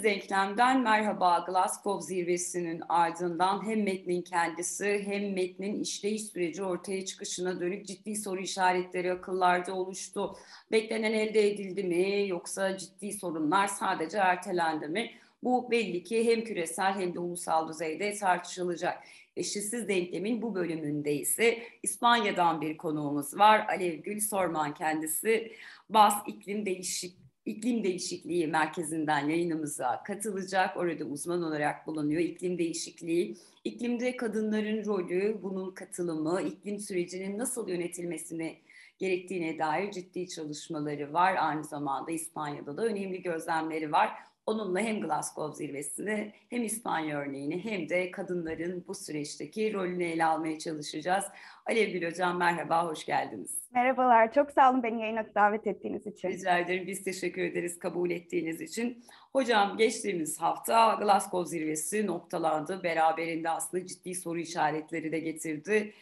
Eşsiz Denklem'den merhaba. Glasgow zirvesinin ardından hem metnin kendisi hem metnin işleyiş süreci ortaya çıkışına dönük ciddi soru işaretleri akıllarda oluştu. Beklenen elde edildi mi yoksa ciddi sorunlar sadece ertelendi mi? Bu belli ki hem küresel hem de ulusal düzeyde tartışılacak. Eşsiz Denklem'in bu bölümünde ise İspanya'dan bir konuğumuz var. Alev Gül Sorman kendisi. BAS İklim Değişikliği Merkezi'nden yayınımıza katılacak. Orada uzman olarak bulunuyor. İklim değişikliği, iklimde kadınların rolü, bunun katılımı, iklim sürecinin nasıl yönetilmesini gerektiğine dair ciddi çalışmaları var. Aynı zamanda İspanya'da da önemli gözlemleri var. Onunla hem Glasgow zirvesini hem İspanya örneğini hem de kadınların bu süreçteki rolünü ele almaya çalışacağız. Alev Gül Hocam merhaba, hoş geldiniz. Merhabalar, çok sağ olun beni yayına davet ettiğiniz için. Rica ederim. Biz teşekkür ederiz kabul ettiğiniz için. Hocam geçtiğimiz hafta Glasgow zirvesi noktalandı. Beraberinde aslında ciddi soru işaretleri de getirdi.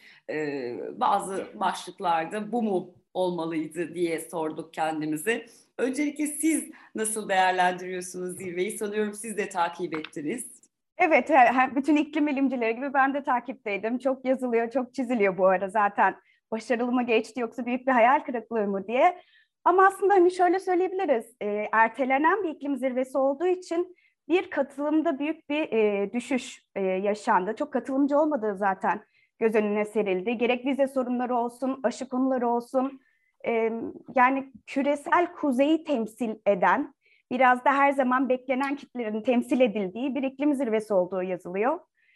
Bazı başlıklarda bu mu olmalıydı diye sorduk kendimize. Öncelikle siz nasıl değerlendiriyorsunuz zirveyi? Sanıyorum siz de takip ettiniz. Evet, bütün iklim bilimcileri gibi ben de takipteydim. Çok yazılıyor, çok çiziliyor bu ara zaten. Başarılı mı geçti yoksa büyük bir hayal kırıklığı mı diye. Ama aslında hani şöyle söyleyebiliriz. Ertelenen bir iklim zirvesi olduğu için bir katılımda büyük bir düşüş yaşandı. Çok katılımcı olmadığı zaten göz önüne serildi. Gerek vize sorunları olsun, aşı konuları olsun. Yani küresel kuzeyi temsil eden, biraz da her zaman beklenen kitlelerin temsil edildiği bir iklim zirvesi olduğu yazılıyor.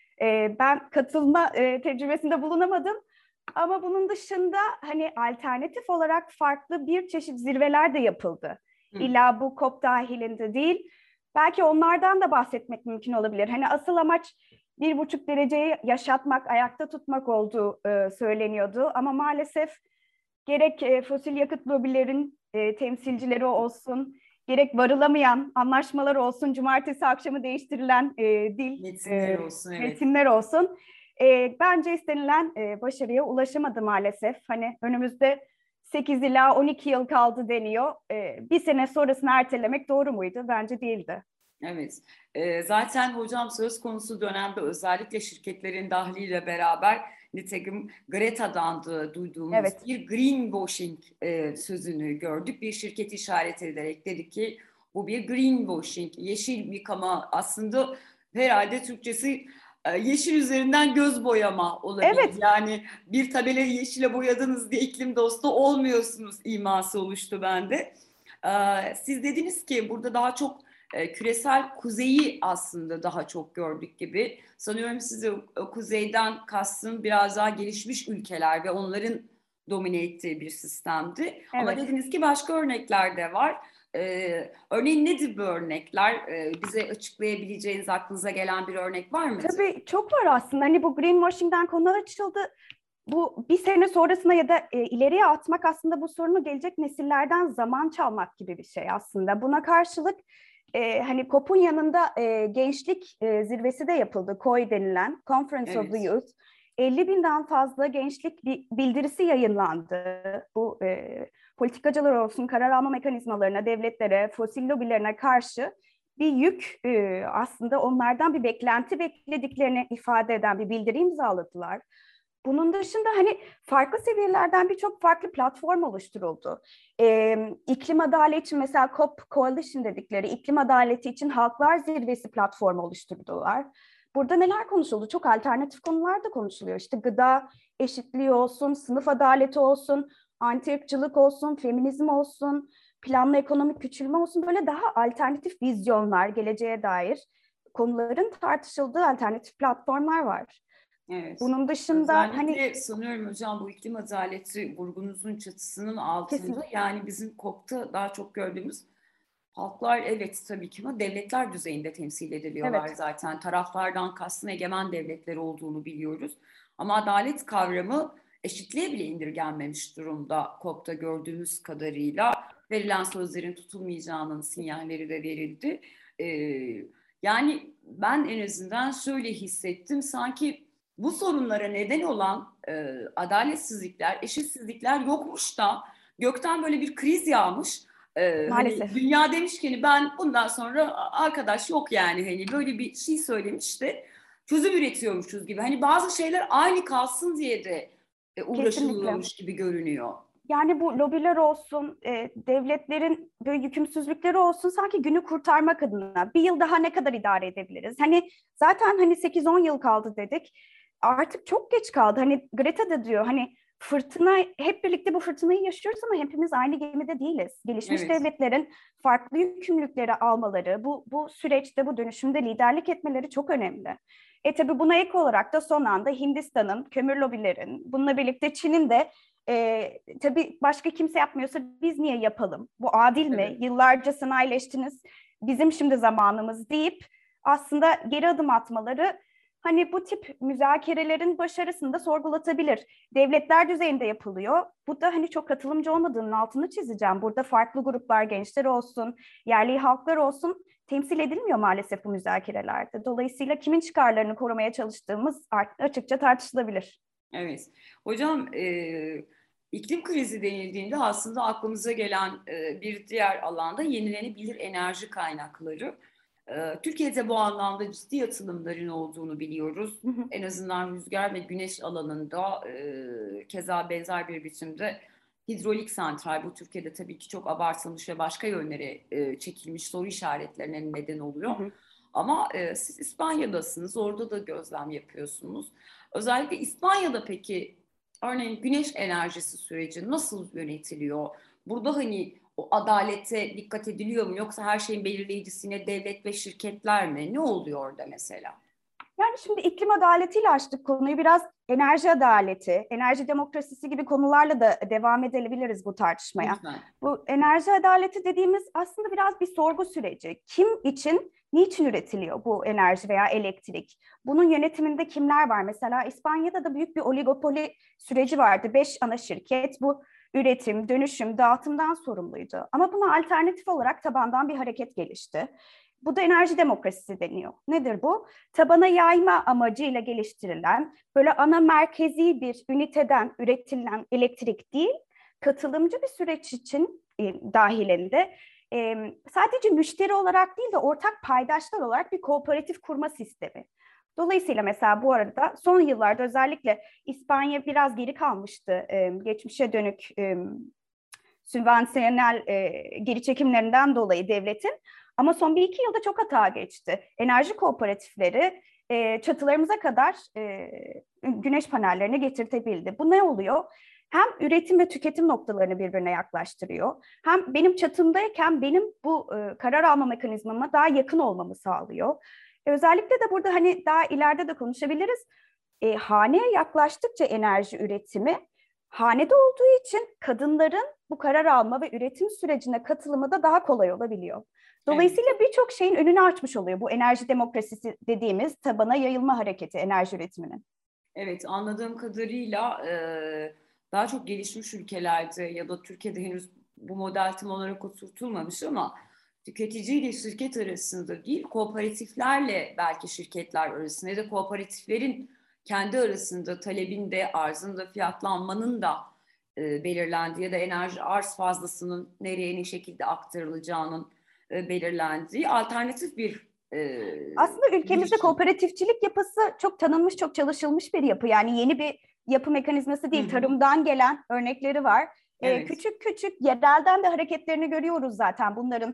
Ben katılma tecrübesinde bulunamadım. Ama bunun dışında hani alternatif olarak farklı bir çeşit zirveler de yapıldı. İlla bu COP dahilinde değil. Belki onlardan da bahsetmek mümkün olabilir. Hani asıl amaç 1,5 dereceyi yaşatmak, ayakta tutmak olduğu söyleniyordu. Ama maalesef gerek fosil yakıt lobilerin temsilcileri olsun, gerek varılamayan anlaşmalar olsun, cumartesi akşamı değiştirilen Metinler olsun, evet. metinler olsun. Bence istenilen başarıya ulaşamadı maalesef. Hani önümüzde 8 ila 12 yıl kaldı deniyor. Bir sene sonrasını ertelemek doğru muydu? Bence değildi. Evet. Zaten hocam söz konusu dönemde özellikle şirketlerin dahliyle beraber nitekim Greta'dan da duyduğumuz Evet. bir greenwashing sözünü gördük. Bir şirket işaret ederek dedi ki bu bir greenwashing, yeşil yıkama, aslında herhalde Türkçesi yeşil üzerinden göz boyama olabilir. Evet. Yani bir tabelayı yeşile boyadınız diye iklim dostu olmuyorsunuz iması oluştu bende. Siz dediniz ki burada daha çok küresel kuzeyi aslında daha çok gördük gibi. Sanıyorum size o kuzeyden kastım biraz daha gelişmiş ülkeler ve onların domine ettiği bir sistemdi. Ama Evet. dediniz ki başka örnekler de var. Örneğin nedir bu örnekler? Bize açıklayabileceğiniz, aklınıza gelen bir örnek var mıdır? Tabii çok var aslında. Hani bu greenwashing'den konular açıldı. Bu bir sene sonrasına ya da ileriye atmak aslında bu sorunu gelecek nesillerden zaman çalmak gibi bir şey aslında. Buna karşılık hani COP'un yanında gençlik zirvesi de yapıldı. COY denilen Conference of the Evet. Youth. 50 binden fazla gençlik bildirisi yayınlandı. Bu politikacılar olsun, karar alma mekanizmalarına, devletlere, fosil lobilerine karşı bir yük, aslında onlardan bir beklenti beklediklerini ifade eden bir bildiri imzaladılar. Bunun dışında hani farklı seviyelerden birçok farklı platform oluşturuldu. İklim adaleti için mesela COP Coalition dedikleri iklim adaleti için Halklar Zirvesi platformu oluşturdular. Burada neler konuşuldu? Çok alternatif konular da konuşuluyor. İşte gıda eşitliği olsun, sınıf adaleti olsun, anti-ırkçılık olsun, feminizm olsun, planlı ekonomik küçülme olsun, böyle daha alternatif vizyonlar, geleceğe dair konuların tartışıldığı alternatif platformlar var. Evet. Bunun dışında hani Özellikle sanıyorum hocam bu iklim adaleti vurgunuzun çatısının altında kesinlikle yani bizim COP'ta daha çok gördüğümüz halklar, evet tabii ki, ama devletler düzeyinde temsil ediliyorlar evet, zaten. Taraflardan kastın egemen devletler olduğunu biliyoruz. Ama adalet kavramı eşitliğe bile indirgenmemiş durumda COP'ta gördüğümüz kadarıyla. Verilen sözlerin tutulmayacağının sinyalleri de verildi. Yani ben en azından şöyle hissettim, sanki bu sorunlara neden olan adaletsizlikler, eşitsizlikler yokmuş da gökten böyle bir kriz yağmış. Hani Maalesef. dünya demiş ki hani ben bundan sonra arkadaş yok yani hani böyle bir şey söylemiş de çözüm üretiyormuşuz gibi. Hani bazı şeyler aynı kalsın diye de Kesinlikle. uğraşılıyormuş gibi görünüyor. Yani bu lobiler olsun, devletlerin böyle yükümsüzlükleri olsun sanki günü kurtarmak adına bir yıl daha ne kadar idare edebiliriz? Hani zaten hani 8-10 yıl kaldı dedik. Artık çok geç kaldı. Hani Greta da diyor hani fırtına hep birlikte bu fırtınayı yaşıyoruz ama hepimiz aynı gemide değiliz. Gelişmiş Evet, devletlerin farklı yükümlülükleri almaları, bu süreçte, bu dönüşümde liderlik etmeleri çok önemli. Tabii buna ek olarak da son anda Hindistan'ın, kömür lobilerin, bununla birlikte Çin'in de tabii başka kimse yapmıyorsa biz niye yapalım? Bu adil mi? tabii. Yıllarca sanayileştiniz, bizim şimdi zamanımız deyip aslında geri adım atmaları hani bu tip müzakerelerin başarısını da sorgulatabilir. Devletler düzeyinde yapılıyor. Bu da hani çok katılımcı olmadığının altını çizeceğim. Burada farklı gruplar, gençler olsun, yerli halklar olsun temsil edilmiyor maalesef bu müzakerelerde. Dolayısıyla kimin çıkarlarını korumaya çalıştığımız açıkça tartışılabilir. Evet. Hocam iklim krizi denildiğinde aslında aklımıza gelen bir diğer alanda yenilenebilir enerji kaynakları. Türkiye'de bu anlamda ciddi atılımların olduğunu biliyoruz. Hı hı, En azından rüzgar ve güneş alanında keza benzer bir biçimde hidrolik santral, bu Türkiye'de tabii ki çok abartılmış ve başka yönlere çekilmiş soru işaretlerine neden hı oluyor. hı. Ama siz İspanya'dasınız, orada da gözlem yapıyorsunuz. Özellikle İspanya'da peki örneğin güneş enerjisi süreci nasıl yönetiliyor? Burada hani o adalete dikkat ediliyor mu? Yoksa her şeyin belirleyicisine devlet ve şirketler mi? Ne oluyor orada mesela? Yani şimdi iklim adaletiyle açtık konuyu. Biraz enerji adaleti, enerji demokrasisi gibi konularla da devam edebiliriz bu tartışmaya. Lütfen. Bu enerji adaleti dediğimiz aslında biraz bir sorgu süreci. Kim için, niçin üretiliyor bu enerji veya elektrik? Bunun yönetiminde kimler var? Mesela İspanya'da da büyük bir oligopoli süreci vardı. 5 ana şirket bu üretim, dönüşüm, dağıtımdan sorumluydu. Ama buna alternatif olarak tabandan bir hareket gelişti. Bu da enerji demokrasisi deniyor. Nedir bu? Tabana yayma amacıyla geliştirilen, böyle ana merkezi bir üniteden üretilen elektrik değil, katılımcı bir süreç için dahilinde sadece müşteri olarak değil de ortak paydaşlar olarak bir kooperatif kurma sistemi. Dolayısıyla mesela bu arada son yıllarda özellikle İspanya biraz geri kalmıştı geçmişe dönük sübvansiyonel geri çekimlerinden dolayı devletin. Ama son bir iki yılda çok hata geçti. Enerji kooperatifleri çatılarımıza kadar güneş panellerini getirtebildi. Bu ne oluyor? Hem üretim ve tüketim noktalarını birbirine yaklaştırıyor. Hem benim çatımdayken benim bu karar alma mekanizmama daha yakın olmamı sağlıyor. Özellikle de burada hani daha ileride de konuşabiliriz. Haneye yaklaştıkça enerji üretimi hanede olduğu için kadınların bu karar alma ve üretim sürecine katılımı da daha kolay olabiliyor. Evet. Dolayısıyla birçok şeyin önünü açmış oluyor bu enerji demokrasisi dediğimiz tabana yayılma hareketi enerji üretiminin. Evet, anladığım kadarıyla daha çok gelişmiş ülkelerde ya da Türkiye'de henüz bu model tam olarak oturtulmamış ama tüketici ile şirket arasında değil, kooperatiflerle belki şirketler arasında ya da kooperatiflerin kendi arasında talebinde, arzında, fiyatlanmanın da belirlendiği ya da enerji arz fazlasının nereye ne şekilde aktarılacağının belirlendiği alternatif bir Aslında ülkemizde girişim. kooperatifçilik yapısı çok tanınmış, çok çalışılmış bir yapı. Yani yeni bir yapı mekanizması Hı değil, hı. tarımdan gelen örnekleri var. Evet, Küçük küçük yerelden de hareketlerini görüyoruz zaten bunların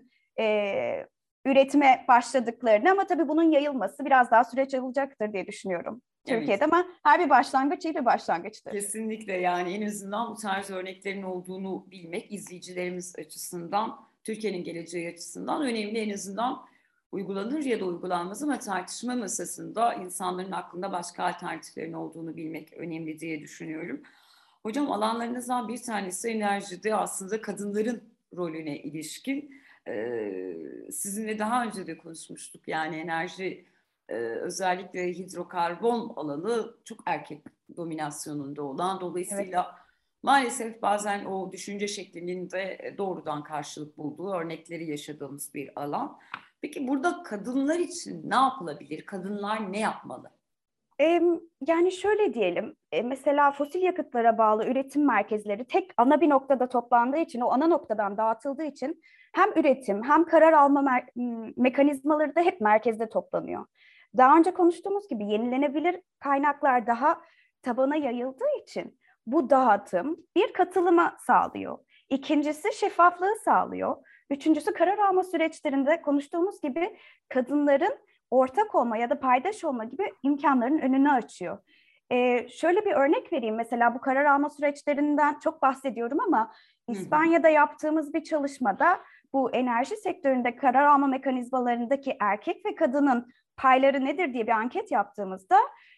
üretime başladıklarını ama tabii bunun yayılması biraz daha süreç alacaktır diye düşünüyorum evet. Türkiye'de ama her bir başlangıç iyi bir başlangıçtır. Kesinlikle yani en azından bu tarz örneklerin olduğunu bilmek izleyicilerimiz açısından, Türkiye'nin geleceği açısından önemli. En azından uygulanır ya da uygulanmaz ama tartışma masasında insanların aklında başka alternatiflerin olduğunu bilmek önemli diye düşünüyorum. Hocam alanlarınızdan bir tanesi enerjide aslında kadınların rolüne ilişkin. Sizinle daha önce de konuşmuştuk yani enerji özellikle hidrokarbon alanı çok erkek dominasyonunda olan Evet. dolayısıyla maalesef bazen o düşünce şeklinin de doğrudan karşılık bulduğu örnekleri yaşadığımız bir alan. Peki burada kadınlar için ne yapılabilir? Kadınlar ne yapmalı? Yani şöyle diyelim, mesela fosil yakıtlara bağlı üretim merkezleri tek ana bir noktada toplandığı için, o ana noktadan dağıtıldığı için hem üretim hem karar alma mekanizmaları da hep merkezde toplanıyor. Daha önce konuştuğumuz gibi yenilenebilir kaynaklar daha tabana yayıldığı için bu dağıtım bir katılıma sağlıyor. İkincisi şeffaflığı sağlıyor. Üçüncüsü karar alma süreçlerinde konuştuğumuz gibi kadınların ortak olma ya da paydaş olma gibi imkanların önünü açıyor. Şöyle bir örnek vereyim. Mesela bu karar alma süreçlerinden çok bahsediyorum ama İspanya'da yaptığımız bir çalışmada bu enerji sektöründe karar alma mekanizmalarındaki erkek ve kadının payları nedir diye bir anket yaptığımızda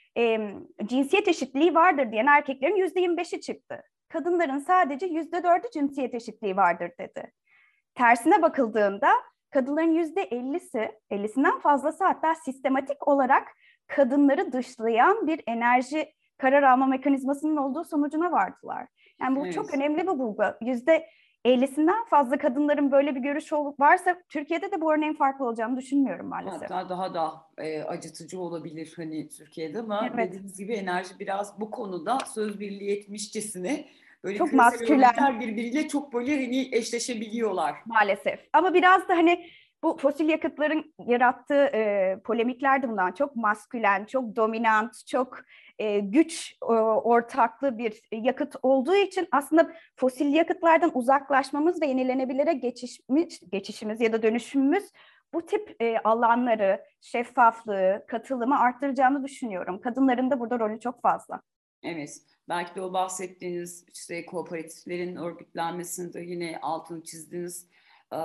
cinsiyet eşitliği vardır diyen erkeklerin %25'i çıktı. Kadınların sadece %4'ü cinsiyet eşitliği vardır dedi. Tersine bakıldığında kadınların %50'sinden fazlası hatta sistematik olarak kadınları dışlayan bir enerji karar alma mekanizmasının olduğu sonucuna vardılar. Yani bu çok Evet. önemli bir bulgu. %50'sinden fazla kadınların böyle bir görüşü varsa Türkiye'de de bu örneğin farklı olacağını düşünmüyorum maalesef. Hatta daha da acıtıcı olabilir hani Türkiye'de, ama Evet. dediğiniz gibi enerji biraz bu konuda söz birliği etmişçesine böyle Çok küresel maskülen. örgütler birbiriyle çok böyle hani eşleşebiliyorlar. Maalesef. Ama biraz da hani bu fosil yakıtların yarattığı polemikler de bundan çok maskülen, çok dominant, çok güç ortaklı bir yakıt olduğu için aslında fosil yakıtlardan uzaklaşmamız ve yenilenebilire geçişimiz ya da dönüşümümüz bu tip alanları, şeffaflığı, katılımı arttıracağını düşünüyorum. Kadınların da burada rolü çok fazla. Evet, belki de o bahsettiğiniz işte kooperatiflerin örgütlenmesinde yine altını çizdiğiniz e,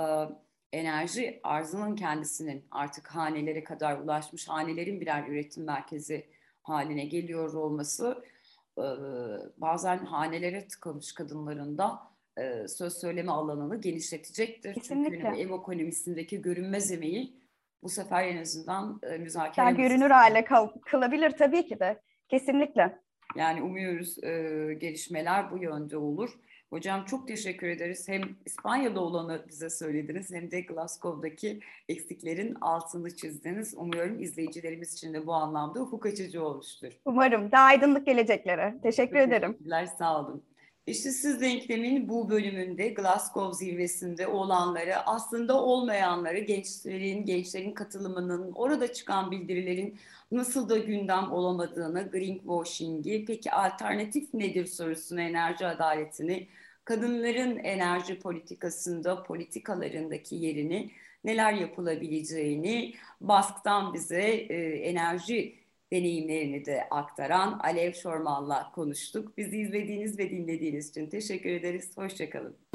enerji arzının kendisinin artık hanelere kadar ulaşmış, hanelerin birer üretim merkezi haline geliyor olması e, bazen hanelere tıkamış kadınların da söz söyleme alanını genişletecektir. Çünkü hani bu Kesinlikle. ev ekonomisindeki görünmez emeği bu sefer en azından Daha müzakere görünür masasında. hale kılabilir tabii ki de. Kesinlikle. Yani umuyoruz gelişmeler bu yönde olur. Hocam çok teşekkür ederiz. Hem İspanya'da olanı bize söylediniz hem de Glasgow'daki eksiklerin altını çizdiniz. Umuyorum izleyicilerimiz için de bu anlamda ufuk açıcı olmuştur. Umarım daha aydınlık geleceklere. Teşekkür Çok ederim. teşekkürler, sağ olun. İşsizsiz denklemin bu bölümünde Glasgow zirvesinde olanları, aslında olmayanları, gençlerin katılımının, orada çıkan bildirilerin nasıl da gündem olamadığını, greenwashing'i, peki alternatif nedir sorusunu, enerji adaletini, kadınların enerji politikasında, politikalarındaki yerini, neler yapılabileceğini, BASK'tan bize enerji deneyimlerini de aktaran Alev Şorman'la konuştuk. Bizi izlediğiniz ve dinlediğiniz için teşekkür ederiz. Hoşça kalın.